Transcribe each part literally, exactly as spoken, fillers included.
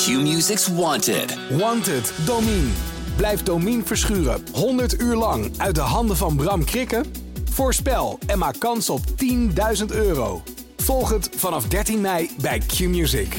Q-Music's Wanted. Wanted, Domine. Blijf Domine verschuren honderd uur lang uit de handen van Bram Krikke? Voorspel en maak kans op tienduizend euro. Volg het vanaf dertien mei bij Q-Music.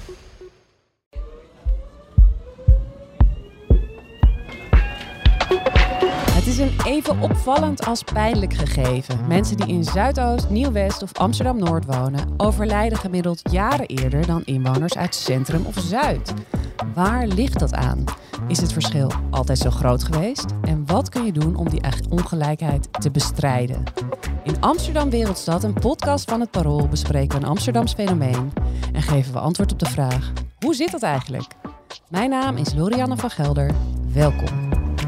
Het is een even opvallend als pijnlijk gegeven. Mensen die in Zuidoost, Nieuw-West of Amsterdam-Noord wonen overlijden gemiddeld jaren eerder dan inwoners uit Centrum of Zuid. Waar ligt dat aan? Is het verschil altijd zo groot geweest? En wat kun je doen om die ongelijkheid te bestrijden? In Amsterdam Wereldstad, een podcast van het Parool, bespreken we een Amsterdams fenomeen en geven we antwoord op de vraag: hoe zit dat eigenlijk? Mijn naam is Lorianne van Gelder. Welkom.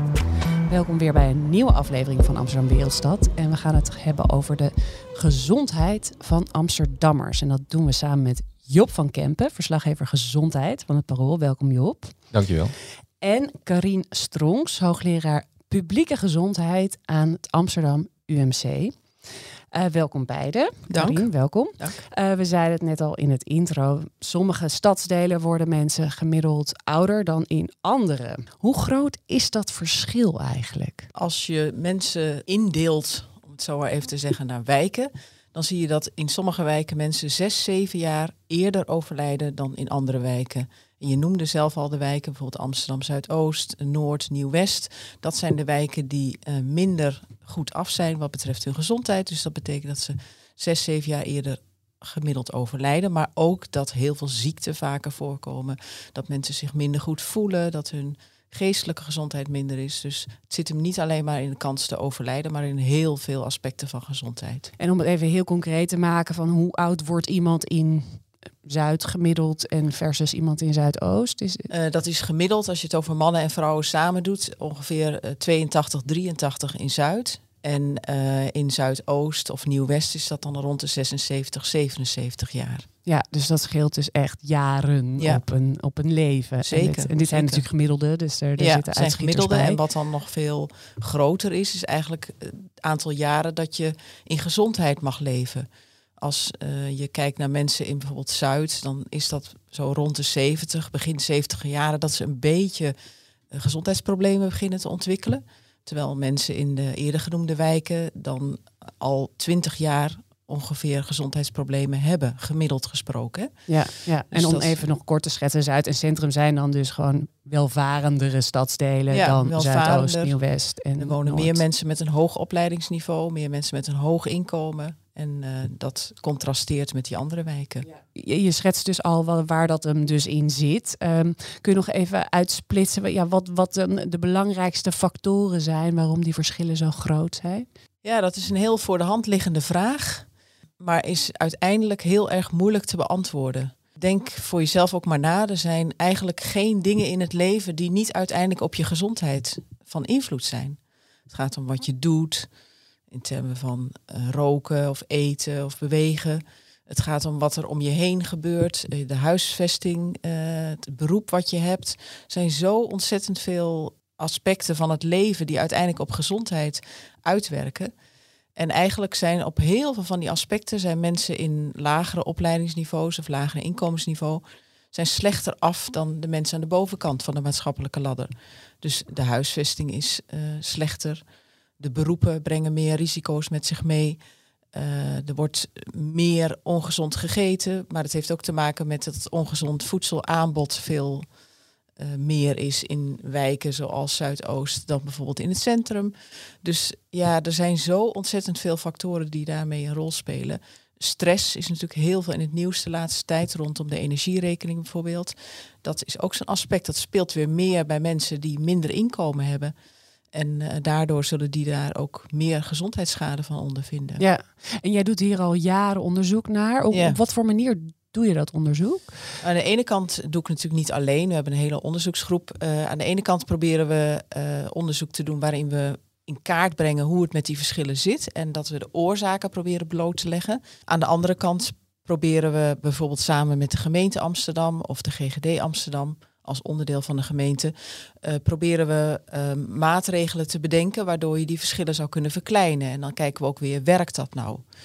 Welkom weer bij een nieuwe aflevering van Amsterdam Wereldstad. En we gaan het hebben over de gezondheid van Amsterdammers. En dat doen we samen met Job van Kempen, verslaggever gezondheid van het Parool. Welkom Job. Dankjewel. En Karien Stronks, hoogleraar publieke gezondheid aan het Amsterdam U M C. Uh, welkom beiden. Dank. Karien, welkom. Dank. Uh, we zeiden het net al in het intro. Sommige stadsdelen worden mensen gemiddeld ouder dan in andere. Hoe groot is dat verschil eigenlijk? Als je mensen indeelt, om het zo maar even te zeggen, naar wijken, dan zie je dat in sommige wijken mensen zes, zeven jaar eerder overlijden dan in andere wijken. En je noemde zelf al de wijken, bijvoorbeeld Amsterdam Zuidoost, Noord, Nieuw-West. Dat zijn de wijken die uh, minder goed af zijn wat betreft hun gezondheid. Dus dat betekent dat ze zes, zeven jaar eerder gemiddeld overlijden. Maar ook dat heel veel ziekten vaker voorkomen. Dat mensen zich minder goed voelen, dat hun geestelijke gezondheid minder is. Dus het zit hem niet alleen maar in de kans te overlijden, maar in heel veel aspecten van gezondheid. En om het even heel concreet te maken van hoe oud wordt iemand in Zuid gemiddeld en versus iemand in Zuidoost? Is uh, dat is gemiddeld, als je het over mannen en vrouwen samen doet, ongeveer uh, tweeëntachtig, drieëntachtig in Zuid. En uh, in Zuidoost of Nieuw-West is dat dan rond de zesenzeventig, zevenenzeventig jaar. Ja, dus dat scheelt dus echt jaren ja. op, een, op een leven. Zeker. En dit, en dit zijn natuurlijk gemiddelde, dus er, er ja, zitten zijn gemiddelde bij. En wat dan nog veel groter is, is eigenlijk het aantal jaren dat je in gezondheid mag leven. Als uh, je kijkt naar mensen in bijvoorbeeld Zuid, dan is dat zo rond de zeventig, begin zeventig jaren, dat ze een beetje uh, gezondheidsproblemen beginnen te ontwikkelen. Terwijl mensen in de eerder genoemde wijken dan al twintig jaar ongeveer gezondheidsproblemen hebben, gemiddeld gesproken. Ja, ja. Dus en om dat, even nog kort te schetsen, Zuid en Centrum zijn dan dus gewoon welvarendere stadsdelen ja, dan Zuidoost, Nieuw-West en er wonen Noord. meer mensen met een hoog opleidingsniveau, meer mensen met een hoog inkomen. En uh, dat contrasteert met die andere wijken. Ja. Je, je schetst dus al waar, waar dat hem dus in zit. Um, kun je nog even uitsplitsen ja, wat, wat um, de belangrijkste factoren zijn waarom die verschillen zo groot zijn? Ja, dat is een heel voor de hand liggende vraag, maar is uiteindelijk heel erg moeilijk te beantwoorden. Denk voor jezelf ook maar na. Er zijn eigenlijk geen dingen in het leven die niet uiteindelijk op je gezondheid van invloed zijn. Het gaat om wat je doet, in termen van uh, roken of eten of bewegen. Het gaat om wat er om je heen gebeurt, de huisvesting, uh, het beroep wat je hebt. Er zijn zo ontzettend veel aspecten van het leven die uiteindelijk op gezondheid uitwerken. En eigenlijk zijn op heel veel van die aspecten zijn mensen in lagere opleidingsniveaus of lagere inkomensniveau zijn slechter af dan de mensen aan de bovenkant van de maatschappelijke ladder. Dus de huisvesting is uh, slechter. De beroepen brengen meer risico's met zich mee. Uh, er wordt meer ongezond gegeten, maar het heeft ook te maken met dat het ongezond voedselaanbod veel uh, meer is in wijken zoals Zuidoost dan bijvoorbeeld in het centrum. Dus ja, er zijn zo ontzettend veel factoren die daarmee een rol spelen. Stress is natuurlijk heel veel in het nieuws de laatste tijd rondom de energierekening bijvoorbeeld. Dat is ook zo'n aspect, dat speelt weer meer bij mensen die minder inkomen hebben. En uh, daardoor zullen die daar ook meer gezondheidsschade van ondervinden. Ja, en jij doet hier al jaren onderzoek naar. Op, ja. op wat voor manier doe je dat onderzoek? Aan de ene kant doe ik natuurlijk niet alleen. We hebben een hele onderzoeksgroep. Uh, aan de ene kant proberen we uh, onderzoek te doen waarin we in kaart brengen hoe het met die verschillen zit. En dat we de oorzaken proberen bloot te leggen. Aan de andere kant proberen we bijvoorbeeld samen met de gemeente Amsterdam of de G G D Amsterdam als onderdeel van de gemeente, uh, proberen we uh, maatregelen te bedenken waardoor je die verschillen zou kunnen verkleinen. En dan kijken we ook weer, werkt dat nou?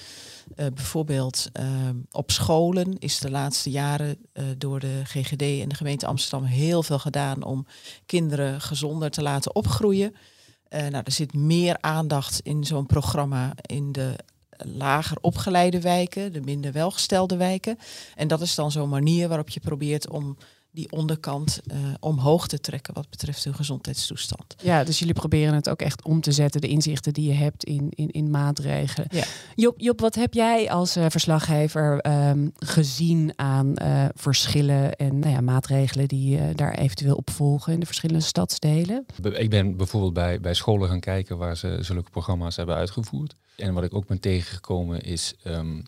Uh, bijvoorbeeld uh, op scholen is de laatste jaren uh, door de G G D en de gemeente Amsterdam heel veel gedaan om kinderen gezonder te laten opgroeien. Uh, nou, er zit meer aandacht in zo'n programma in de lager opgeleide wijken, de minder welgestelde wijken. En dat is dan zo'n manier waarop je probeert om die onderkant uh, omhoog te trekken wat betreft hun gezondheidstoestand. Ja, dus jullie proberen het ook echt om te zetten, de inzichten die je hebt in, in, in maatregelen. Ja. Job, Job, wat heb jij als uh, verslaggever um, gezien aan uh, verschillen en nou ja, maatregelen die uh, daar eventueel op volgen in de verschillende stadsdelen? Ik ben bijvoorbeeld bij, bij scholen gaan kijken waar ze zulke programma's hebben uitgevoerd. En wat ik ook ben tegengekomen is Um,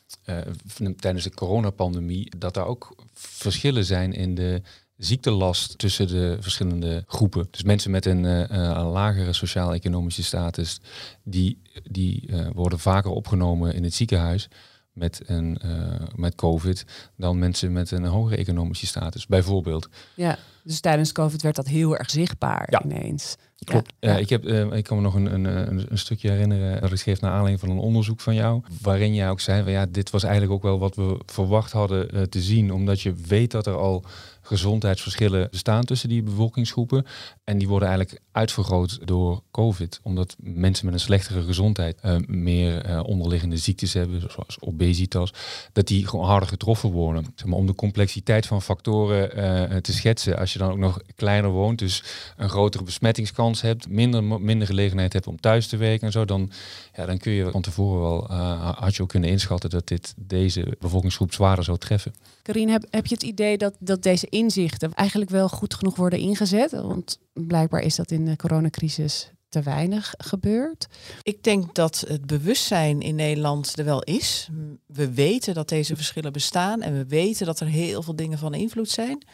Uh, tijdens de coronapandemie, dat er ook verschillen zijn in de ziektelast tussen de verschillende groepen. Dus mensen met een, uh, een lagere sociaal-economische status, die, die uh, worden vaker opgenomen in het ziekenhuis met, een, uh, met COVID dan mensen met een hogere economische status, bijvoorbeeld. Ja, dus tijdens COVID werd dat heel erg zichtbaar ja. ineens. Klopt. Ja, ja. Uh, ik, heb, uh, ik kan me nog een, een, een, een stukje herinneren dat ik schreef naar aanleiding van een onderzoek van jou, waarin jij ook zei, van, ja, dit was eigenlijk ook wel wat we verwacht hadden uh, te zien, omdat je weet dat er al gezondheidsverschillen bestaan tussen die bevolkingsgroepen. En die worden eigenlijk uitvergroot door COVID. Omdat mensen met een slechtere gezondheid uh, meer uh, onderliggende ziektes hebben, zoals obesitas, dat die gewoon harder getroffen worden. Zeg maar, om de complexiteit van factoren uh, te schetsen. Als je dan ook nog kleiner woont, dus een grotere besmettingskans hebt, minder, minder gelegenheid hebt om thuis te werken en zo, dan, ja, dan kun je van tevoren wel, uh, had je ook kunnen inschatten dat dit deze bevolkingsgroep zwaarder zou treffen. Karien, heb, heb je het idee dat, dat deze inzichten eigenlijk wel goed genoeg worden ingezet? Want blijkbaar is dat in de coronacrisis te weinig gebeurd. Ik denk dat het bewustzijn in Nederland er wel is. We weten dat deze verschillen bestaan en we weten dat er heel veel dingen van invloed zijn.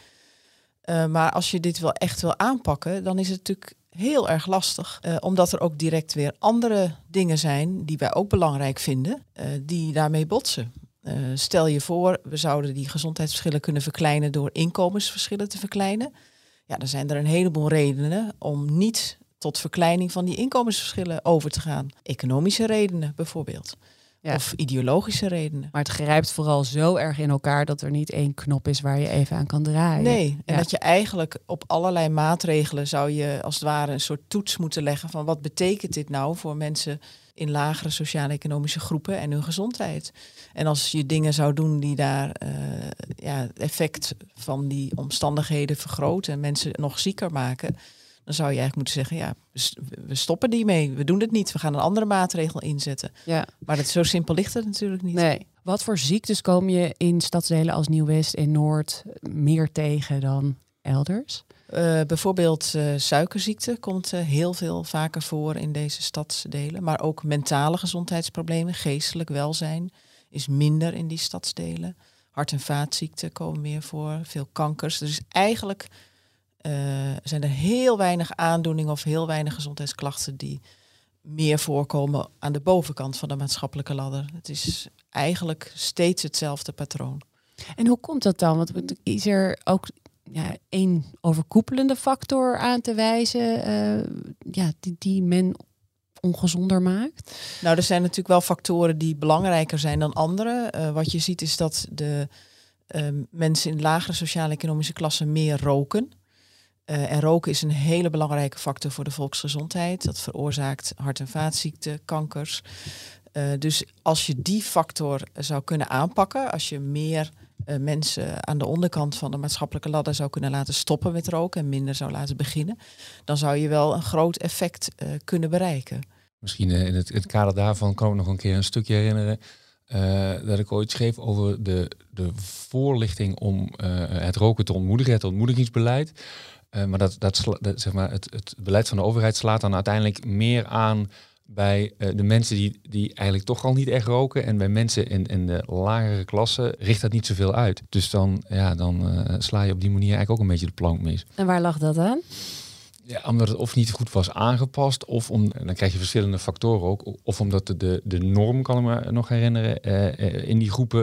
Uh, maar als je dit wel echt wil aanpakken, dan is het natuurlijk heel erg lastig. Uh, omdat er ook direct weer andere dingen zijn die wij ook belangrijk vinden, uh, die daarmee botsen. Uh, stel je voor, we zouden die gezondheidsverschillen kunnen verkleinen door inkomensverschillen te verkleinen. Ja, dan zijn er een heleboel redenen om niet tot verkleining van die inkomensverschillen over te gaan. Economische redenen bijvoorbeeld. Ja. Of ideologische redenen. Maar het grijpt vooral zo erg in elkaar dat er niet één knop is waar je even aan kan draaien. Nee, en ja. dat je eigenlijk op allerlei maatregelen zou je als het ware een soort toets moeten leggen van wat betekent dit nou voor mensen in lagere sociaal-economische groepen en hun gezondheid. En als je dingen zou doen die daar uh, ja, het effect van die omstandigheden vergroten en mensen nog zieker maken, dan zou je eigenlijk moeten zeggen, ja, we stoppen die mee. We doen het niet. We gaan een andere maatregel inzetten. Ja. Maar dat, zo simpel ligt het natuurlijk niet. Nee. Wat voor ziektes kom je in stadsdelen als Nieuw-West en Noord meer tegen dan elders? Uh, bijvoorbeeld uh, suikerziekte komt uh, heel veel vaker voor in deze stadsdelen. Maar ook mentale gezondheidsproblemen, geestelijk welzijn is minder in die stadsdelen. Hart- en vaatziekten komen meer voor, veel kankers. Dus eigenlijk uh, zijn er heel weinig aandoeningen of heel weinig gezondheidsklachten die meer voorkomen aan de bovenkant van de maatschappelijke ladder. Het is eigenlijk steeds hetzelfde patroon. En hoe komt dat dan? Want is er ook ja, één overkoepelende factor aan te wijzen uh, ja, die, die men ongezonder maakt? Nou, er zijn natuurlijk wel factoren die belangrijker zijn dan andere. Uh, wat je ziet is dat de uh, mensen in lagere sociaal-economische klassen meer roken. Uh, en roken is een hele belangrijke factor voor de volksgezondheid. Dat veroorzaakt hart- en vaatziekten, kankers. Uh, dus als je die factor zou kunnen aanpakken, als je meer uh, mensen aan de onderkant van de maatschappelijke ladder zou kunnen laten stoppen met roken en minder zou laten beginnen, dan zou je wel een groot effect uh, kunnen bereiken. Misschien uh, in het, het kader daarvan kan ik nog een keer een stukje herinneren uh, dat ik ooit schreef over de, de voorlichting om uh, het roken te ontmoedigen, het ontmoedigingsbeleid. Uh, maar dat, dat, sla, dat zeg maar het, het beleid van de overheid slaat dan uiteindelijk meer aan bij uh, de mensen die, die eigenlijk toch al niet echt roken. En bij mensen in, in de lagere klasse richt dat niet zoveel uit. Dus dan, ja, dan uh, sla je op die manier eigenlijk ook een beetje de plank mis. En waar lag dat aan? Ja, omdat het of niet goed was aangepast, of om, dan krijg je verschillende factoren ook, of omdat de, de, de norm, kan ik me nog herinneren, uh, uh, in die groepen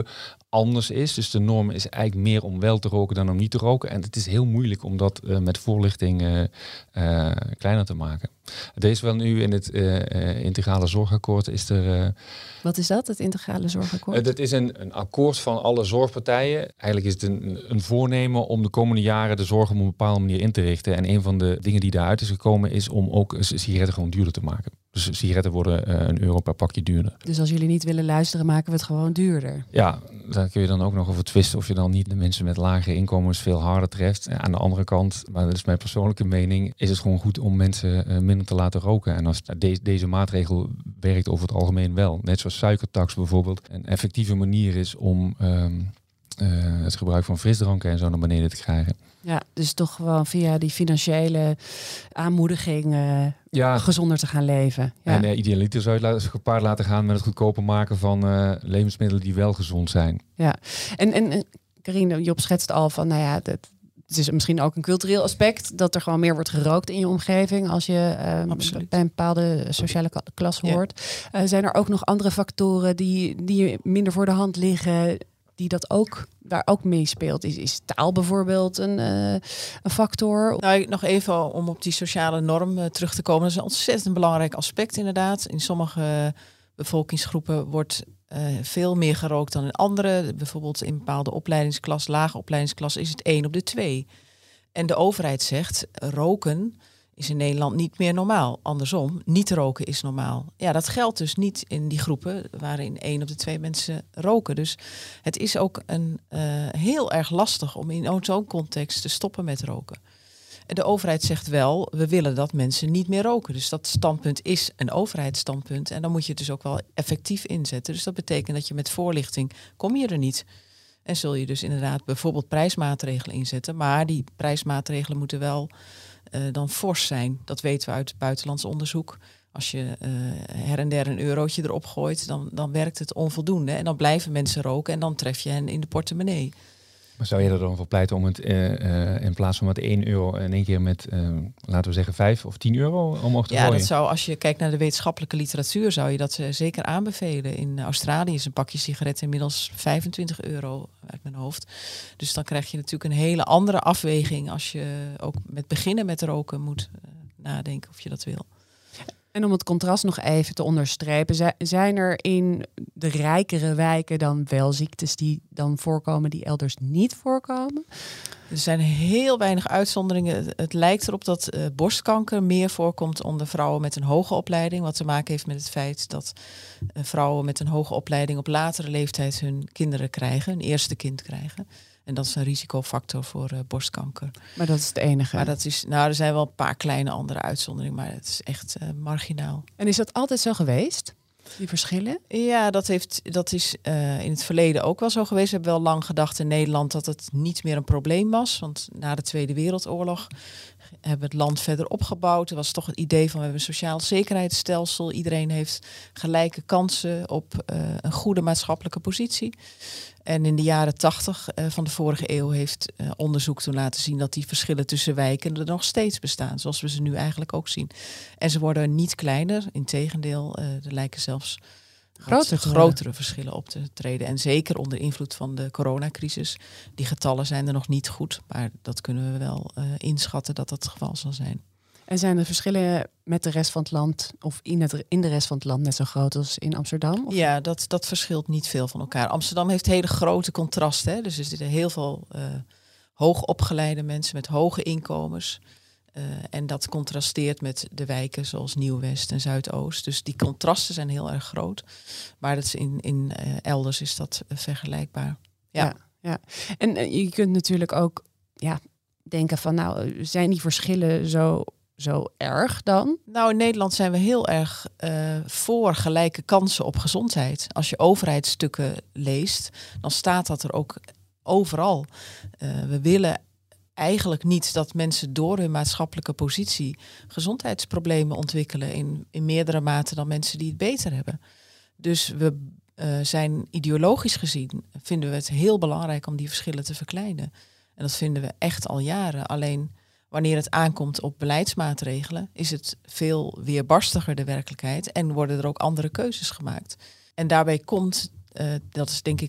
anders is. Dus de norm is eigenlijk meer om wel te roken dan om niet te roken. En het is heel moeilijk om dat uh, met voorlichting uh, uh, kleiner te maken. Er is wel nu in het uh, uh, integrale zorgakkoord is er... Uh, Wat is dat, het integrale zorgakkoord? Uh, dat is een, een akkoord van alle zorgpartijen. Eigenlijk is het een, een voornemen om de komende jaren de zorg op een bepaalde manier in te richten. En een van de dingen die daaruit is gekomen is om ook sigaretten gewoon duurder te maken. Dus sigaretten worden uh, een euro per pakje duurder. Dus als jullie niet willen luisteren, maken we het gewoon duurder? Ja, daar kun je dan ook nog over twisten of je dan niet de mensen met lagere inkomens veel harder treft. En aan de andere kant, maar dat is mijn persoonlijke mening, is het gewoon goed om mensen uh, minder te laten roken. En als de- deze maatregel werkt over het algemeen wel. Net zoals suikertax bijvoorbeeld een effectieve manier is om um, uh, het gebruik van frisdranken en zo naar beneden te krijgen. Ja, dus toch gewoon via die financiële aanmoediging uh, ja. gezonder te gaan leven. Ja. En uh, idealiter zou je het gepaard laten gaan met het goedkoper maken van uh, levensmiddelen die wel gezond zijn. Ja, en, en Carine, Job schetst al van, nou ja, dat, het is misschien ook een cultureel aspect dat er gewoon meer wordt gerookt in je omgeving als je uh, bij een bepaalde sociale klas hoort. Ja. Uh, zijn er ook nog andere factoren die, die minder voor de hand liggen, die dat ook, daar ook meespeelt? Is, is taal bijvoorbeeld een, uh, een factor? Nou, nog even om op die sociale norm uh, terug te komen. Dat is een ontzettend belangrijk aspect inderdaad. In sommige bevolkingsgroepen wordt uh, veel meer gerookt dan in andere. Bijvoorbeeld in bepaalde opleidingsklas, lage opleidingsklas is het één op de twee. En de overheid zegt, roken is in Nederland niet meer normaal. Andersom, niet roken is normaal. Ja, dat geldt dus niet in die groepen waarin één op de twee mensen roken. Dus het is ook een, uh, heel erg lastig om in zo'n context te stoppen met roken. En de overheid zegt wel, we willen dat mensen niet meer roken. Dus dat standpunt is een overheidsstandpunt. En dan moet je het dus ook wel effectief inzetten. Dus dat betekent dat je met voorlichting kom je er niet. En zul je dus inderdaad bijvoorbeeld prijsmaatregelen inzetten. Maar die prijsmaatregelen moeten wel Uh, dan fors zijn. Dat weten we uit buitenlands onderzoek. Als je uh, her en der een eurotje erop gooit, dan, dan werkt het onvoldoende. En dan blijven mensen roken en dan tref je hen in de portemonnee. Maar zou je er dan voor pleiten om het uh, uh, in plaats van met één euro in één keer met, uh, laten we zeggen, vijf of tien euro omhoog te ja, gooien? Dat zou, als je kijkt naar de wetenschappelijke literatuur, zou je dat uh, zeker aanbevelen. In Australië is een pakje sigaretten inmiddels vijfentwintig euro uit mijn hoofd. Dus dan krijg je natuurlijk een hele andere afweging als je ook met beginnen met roken moet uh, nadenken of je dat wil. En om het contrast nog even te onderstrepen, zijn er in de rijkere wijken dan wel ziektes die dan voorkomen die elders niet voorkomen? Er zijn heel weinig uitzonderingen. Het lijkt erop dat uh, borstkanker meer voorkomt onder vrouwen met een hoge opleiding. Wat te maken heeft met het feit dat uh, vrouwen met een hoge opleiding op latere leeftijd hun kinderen krijgen, hun eerste kind krijgen. En dat is een risicofactor voor uh, borstkanker. Maar dat is het enige. Maar dat is, nou, er zijn wel een paar kleine andere uitzonderingen, maar het is echt uh, marginaal. En is dat altijd zo geweest? Die verschillen? Ja, dat, heeft, dat is uh, in het verleden ook wel zo geweest. We hebben wel lang gedacht in Nederland dat het niet meer een probleem was. Want na de Tweede Wereldoorlog hebben we het land verder opgebouwd. Er was toch het idee van we hebben een sociaal zekerheidsstelsel. Iedereen heeft gelijke kansen op uh, een goede maatschappelijke positie. En in de jaren tachtig uh, van de vorige eeuw heeft uh, onderzoek toen laten zien dat die verschillen tussen wijken er nog steeds bestaan. Zoals we ze nu eigenlijk ook zien. En ze worden niet kleiner. Integendeel, uh, er lijken zelfs grotere, grotere verschillen op te treden. En zeker onder invloed van de coronacrisis. Die getallen zijn er nog niet goed. Maar dat kunnen we wel uh, inschatten dat dat het geval zal zijn. En zijn de verschillen met de rest van het land of in, het, in de rest van het land net zo groot als in Amsterdam? Of? Ja, dat, dat verschilt niet veel van elkaar. Amsterdam heeft hele grote contrasten. Hè? Dus er zitten heel veel uh, hoogopgeleide mensen met hoge inkomens. Uh, en dat contrasteert met de wijken zoals Nieuw-West en Zuidoost. Dus die contrasten zijn heel erg groot. Maar dat is in, in uh, elders is dat uh, vergelijkbaar. Ja. Ja, ja. En uh, je kunt natuurlijk ook ja, denken van nou, zijn die verschillen zo... zo erg dan? Nou, in Nederland zijn we heel erg uh, voor gelijke kansen op gezondheid. Als je overheidsstukken leest, dan staat dat er ook overal. Uh, we willen eigenlijk niet dat mensen door hun maatschappelijke positie gezondheidsproblemen ontwikkelen in, in meerdere mate dan mensen die het beter hebben. Dus we uh, zijn ideologisch gezien, vinden we het heel belangrijk om die verschillen te verkleinen. En dat vinden we echt al jaren. Alleen wanneer het aankomt op beleidsmaatregelen, is het veel weerbarstiger de werkelijkheid en worden er ook andere keuzes gemaakt. En daarbij komt, uh, dat is denk ik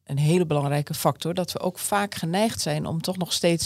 een hele belangrijke factor dat we ook vaak geneigd zijn om toch nog steeds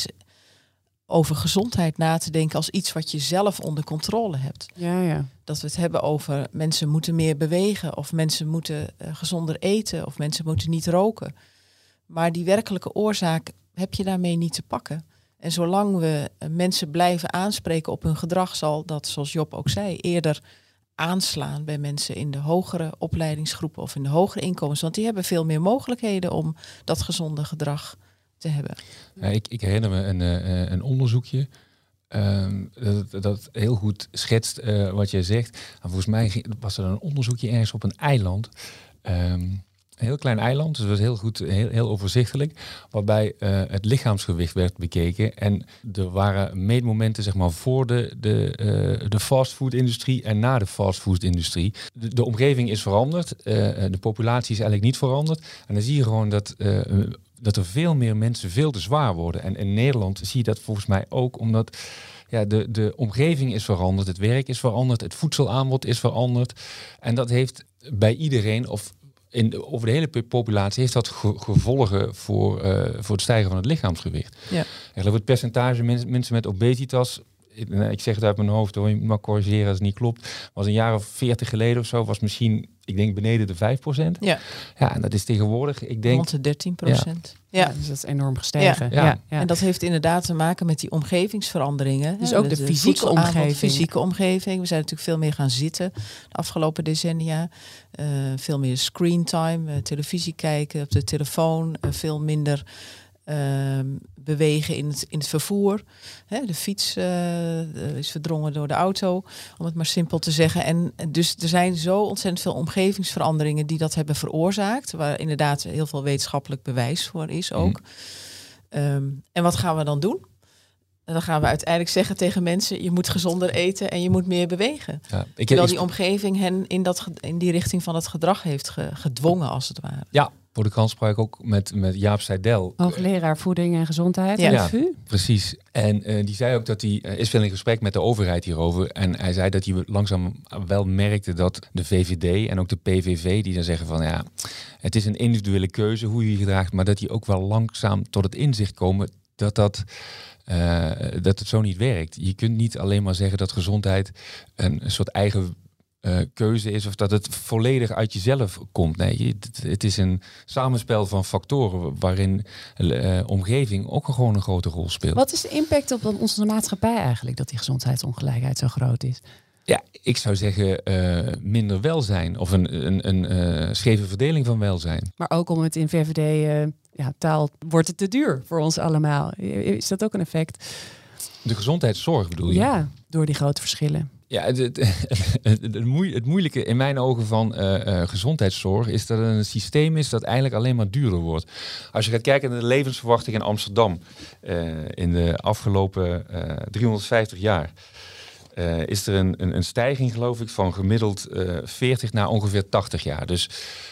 over gezondheid na te denken als iets wat je zelf onder controle hebt. Ja, ja. Dat we het hebben over mensen moeten meer bewegen of mensen moeten uh, gezonder eten of mensen moeten niet roken. Maar die werkelijke oorzaak heb je daarmee niet te pakken. En zolang we uh, mensen blijven aanspreken op hun gedrag, zal dat, zoals Job ook zei, eerder aanslaan bij mensen in de hogere opleidingsgroepen of in de hogere inkomens. Want die hebben veel meer mogelijkheden om dat gezonde gedrag te hebben. Ja, ik, ik herinner me een, uh, een onderzoekje um, dat, dat heel goed schetst uh, wat jij zegt. En volgens mij was er een onderzoekje ergens op een eiland. Um, Een heel klein eiland, dus het was heel goed, heel, heel overzichtelijk, waarbij uh, het lichaamsgewicht werd bekeken. En er waren meetmomenten zeg maar voor de, de, uh, de fastfood-industrie en na de fastfood-industrie. De, de omgeving is veranderd, uh, de populatie is eigenlijk niet veranderd. En dan zie je gewoon dat, uh, dat er veel meer mensen veel te zwaar worden. En in Nederland zie je dat volgens mij ook, omdat ja, de, de omgeving is veranderd, het werk is veranderd, het voedselaanbod is veranderd. En dat heeft bij iedereen, of In, over de hele populatie heeft dat ge- gevolgen voor, uh, voor het stijgen van het lichaamsgewicht. Ja. Ik geloof het percentage mensen, mensen met obesitas, ik, ik zeg het uit mijn hoofd, hoor, je mag corrigeren als het niet klopt, was een jaar of veertig geleden of zo, was misschien, ik denk beneden de vijf procent. Ja. Ja, en dat is tegenwoordig, ik denk rond de dertien procent. Ja. Ja, dus dat is enorm gestegen. Ja. Ja. Ja. En dat heeft inderdaad te maken met die omgevingsveranderingen. Dus hè, ook de fysieke voedselaanbod, omgeving. fysieke omgeving. We zijn natuurlijk veel meer gaan zitten de afgelopen decennia. Uh, veel meer screen time, uh, televisie kijken op de telefoon. Uh, veel minder uh, bewegen in het, in het vervoer. Hè, de fiets uh, is verdrongen door de auto, om het maar simpel te zeggen. En dus er zijn zo ontzettend veel omgevingsveranderingen die dat hebben veroorzaakt. Waar inderdaad heel veel wetenschappelijk bewijs voor is ook. Mm. Um, en wat gaan we dan doen? En dan gaan we uiteindelijk zeggen tegen mensen, je moet gezonder eten en je moet meer bewegen. Ja, ik, Terwijl die omgeving hen in, dat, in die richting van het gedrag heeft ge, gedwongen, als het ware. Ja, voor de krant sprak ik ook met, met Jaap Seidel. Hoogleraar voeding en gezondheid. Ja, ja precies. En uh, die zei ook dat hij uh, is veel in gesprek met de overheid hierover. En hij zei dat hij langzaam wel merkte dat de V V D en ook de P V V, die dan zeggen van ja, het is een individuele keuze hoe je je gedraagt, maar dat die ook wel langzaam tot het inzicht komen dat dat Uh, dat het zo niet werkt. Je kunt niet alleen maar zeggen dat gezondheid een, een soort eigen uh, keuze is of dat het volledig uit jezelf komt. Nee, je, het, het is een samenspel van factoren waarin uh, omgeving ook gewoon een grote rol speelt. Wat is de impact op onze maatschappij eigenlijk dat die gezondheidsongelijkheid zo groot is? Ja, ik zou zeggen uh, minder welzijn of een, een, een uh, scheve verdeling van welzijn. Maar ook om het in V V D uh, ja, taal wordt het te duur voor ons allemaal. Is dat ook een effect? De gezondheidszorg bedoel je? Ja, door die grote verschillen. Ja, het, het, het, het, moe, het moeilijke in mijn ogen van uh, uh, gezondheidszorg is dat het een systeem is dat eigenlijk alleen maar duurder wordt. Als je gaat kijken naar de levensverwachting in Amsterdam uh, in de afgelopen uh, driehonderdvijftig jaar. Uh, is er een, een, een stijging, geloof ik, van gemiddeld uh, veertig naar ongeveer tachtig jaar. Dus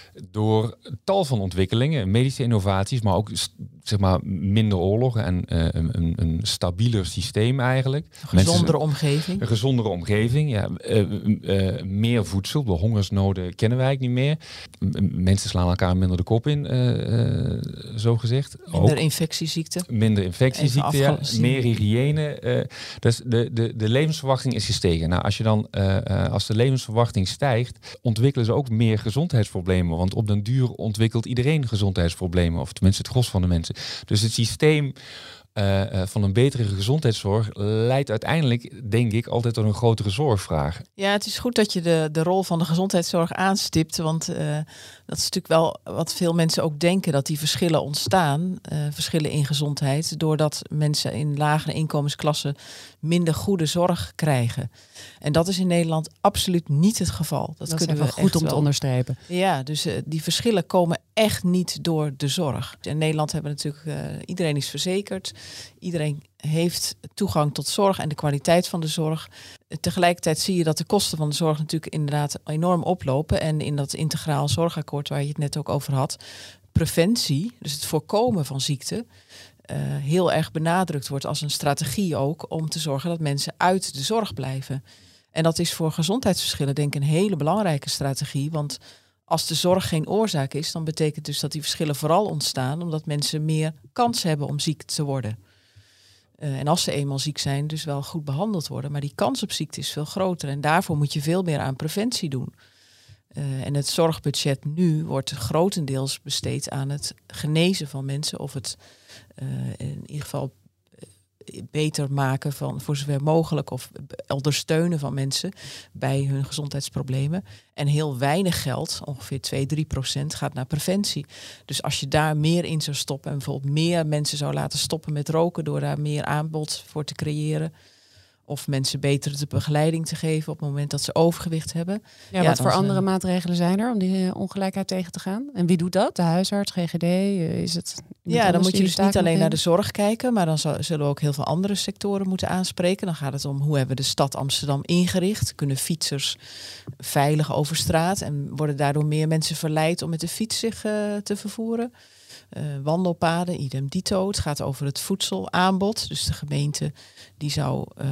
door tal van ontwikkelingen, medische innovaties, maar ook zeg maar, minder oorlogen en uh, een, een stabieler systeem eigenlijk. Een gezondere omgeving. Een gezondere omgeving, ja. Uh, uh, meer voedsel, de hongersnoden kennen wij eigenlijk niet meer. M- mensen slaan elkaar minder de kop in, uh, uh, zo gezegd. Minder ook infectieziekten. Minder infectieziekten, ja. Meer hygiëne. Uh, dus de, de, de levensverwachting is gestegen. Nou, als je dan, uh, uh, als de levensverwachting stijgt, ontwikkelen ze ook meer gezondheidsproblemen. Want op den duur ontwikkelt iedereen gezondheidsproblemen. Of tenminste het gros van de mensen. Dus het systeem uh, uh, van een betere gezondheidszorg leidt uiteindelijk, denk ik, altijd tot een grotere zorgvraag. Ja, het is goed dat je de, de rol van de gezondheidszorg aanstipt. Want uh, dat is natuurlijk wel wat veel mensen ook denken. Dat die verschillen ontstaan. Uh, verschillen in gezondheid. Doordat mensen in lagere inkomensklassen minder goede zorg krijgen. En dat is in Nederland absoluut niet het geval. Dat, dat kunnen is we goed om wel te onderstrepen. Ja, dus uh, die verschillen komen echt niet door de zorg. In Nederland hebben we natuurlijk, uh, iedereen is verzekerd. Iedereen heeft toegang tot zorg en de kwaliteit van de zorg. Tegelijkertijd zie je dat de kosten van de zorg natuurlijk inderdaad enorm oplopen. En in dat integraal zorgakkoord waar je het net ook over had, preventie, dus het voorkomen van ziekte, uh, heel erg benadrukt wordt als een strategie ook om te zorgen dat mensen uit de zorg blijven. En dat is voor gezondheidsverschillen denk ik een hele belangrijke strategie, want Als de zorg geen oorzaak is, dan betekent dus dat die verschillen vooral ontstaan omdat mensen meer kans hebben om ziek te worden. Uh, en als ze eenmaal ziek zijn, dus wel goed behandeld worden. Maar die kans op ziekte is veel groter. En daarvoor moet je veel meer aan preventie doen. Uh, en het zorgbudget nu wordt grotendeels besteed aan het genezen van mensen. Of het uh, in ieder geval beter maken van voor zover mogelijk. Of ondersteunen van mensen bij hun gezondheidsproblemen. En heel weinig geld, ongeveer twee, drie procent, gaat naar preventie. Dus als je daar meer in zou stoppen en bijvoorbeeld meer mensen zou laten stoppen met roken door daar meer aanbod voor te creëren. Of mensen beter de begeleiding te geven op het moment dat ze overgewicht hebben. Ja, ja wat voor andere uh, maatregelen zijn er om die uh, ongelijkheid tegen te gaan? En wie doet dat? De huisarts, G G D? Uh, is het ja, dan moet je dus niet alleen naar de zorg kijken, maar dan zal, zullen we ook heel veel andere sectoren moeten aanspreken. Dan gaat het om hoe hebben we de stad Amsterdam ingericht? Kunnen fietsers veilig over straat en worden daardoor meer mensen verleid om met de fiets zich uh, te vervoeren? Uh, wandelpaden, idem dito. Het gaat over het voedselaanbod. Dus de gemeente die zou uh,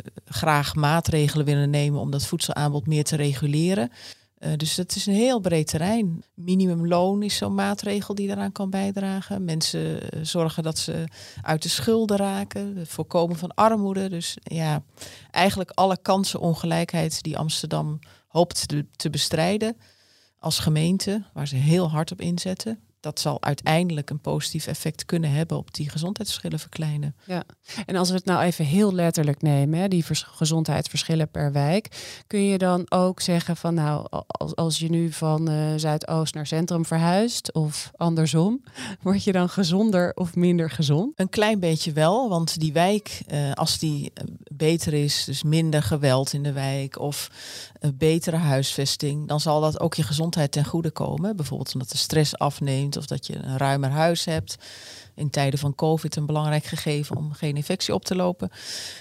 graag maatregelen willen nemen om dat voedselaanbod meer te reguleren. Uh, dus dat is een heel breed terrein. Minimumloon is zo'n maatregel die daaraan kan bijdragen. Mensen uh, zorgen dat ze uit de schulden raken. Het voorkomen van armoede. Dus ja, eigenlijk alle kansenongelijkheid die Amsterdam hoopt te, te bestrijden als gemeente, waar ze heel hard op inzetten. Dat zal uiteindelijk een positief effect kunnen hebben op die gezondheidsverschillen verkleinen. Ja, en als we het nou even heel letterlijk nemen, hè, die vers- gezondheidsverschillen per wijk, kun je dan ook zeggen van nou, als, als je nu van uh, Zuidoost naar Centrum verhuist of andersom, word je dan gezonder of minder gezond? Een klein beetje wel, want die wijk, uh, als die uh, beter is, dus minder geweld in de wijk of een betere huisvesting, dan zal dat ook je gezondheid ten goede komen. Bijvoorbeeld omdat de stress afneemt of dat je een ruimer huis hebt. In tijden van COVID een belangrijk gegeven om geen infectie op te lopen.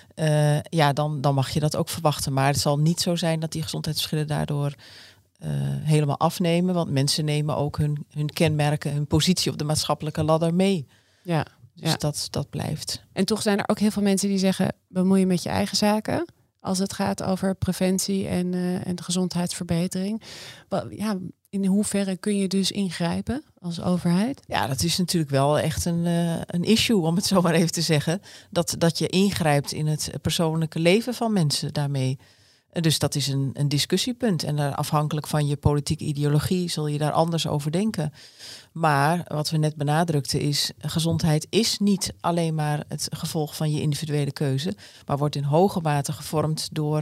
Uh, ja, dan, dan mag je dat ook verwachten. Maar het zal niet zo zijn dat die gezondheidsverschillen daardoor uh, helemaal afnemen. Want mensen nemen ook hun, hun kenmerken, hun positie op de maatschappelijke ladder mee. Ja, dus ja. dat, dat blijft. En toch zijn er ook heel veel mensen die zeggen, bemoei je met je eigen zaken als het gaat over preventie en, uh, en gezondheidsverbetering. Wel, ja, in hoeverre kun je dus ingrijpen als overheid? Ja, dat is natuurlijk wel echt een, uh, een issue, om het zo maar even te zeggen. Dat, dat je ingrijpt in het persoonlijke leven van mensen daarmee. Dus dat is een, een discussiepunt. En daar, afhankelijk van je politieke ideologie zul je daar anders over denken. Maar wat we net benadrukten is, gezondheid is niet alleen maar het gevolg van je individuele keuze, maar wordt in hoge mate gevormd door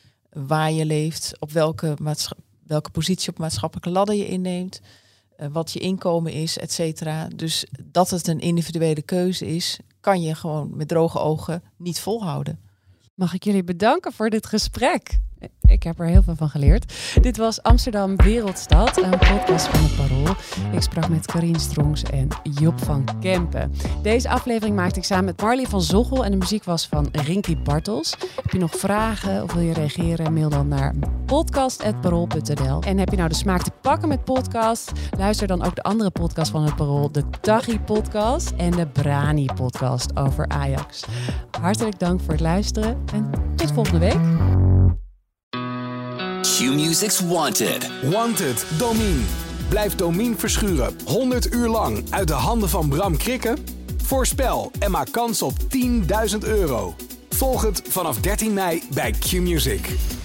waar je leeft, op welke, maatscha- welke positie op maatschappelijke ladder je inneemt, uh, wat je inkomen is, et cetera. Dus dat het een individuele keuze is, kan je gewoon met droge ogen niet volhouden. Mag ik jullie bedanken voor dit gesprek. Ik heb er heel veel van geleerd. Dit was Amsterdam Wereldstad, een podcast van het Parool. Ik sprak met Carien Strongs en Job van Kempen. Deze aflevering maakte ik samen met Marley van Zochel en de muziek was van Rinky Bartels. Heb je nog vragen of wil je reageren? Mail dan naar podcast apenstaartje parool punt n l. En heb je nou de smaak te pakken met podcast? Luister dan ook de andere podcast van het Parool, de Taghi podcast en de Brani podcast over Ajax. Hartelijk dank voor het luisteren en tot volgende week. Q-Music's Wanted. Wanted, Domine. Blijf Domine verschuren honderd uur lang uit de handen van Bram Krikke? Voorspel en maak kans op tienduizend euro. Volg het vanaf dertien mei bij Q-Music.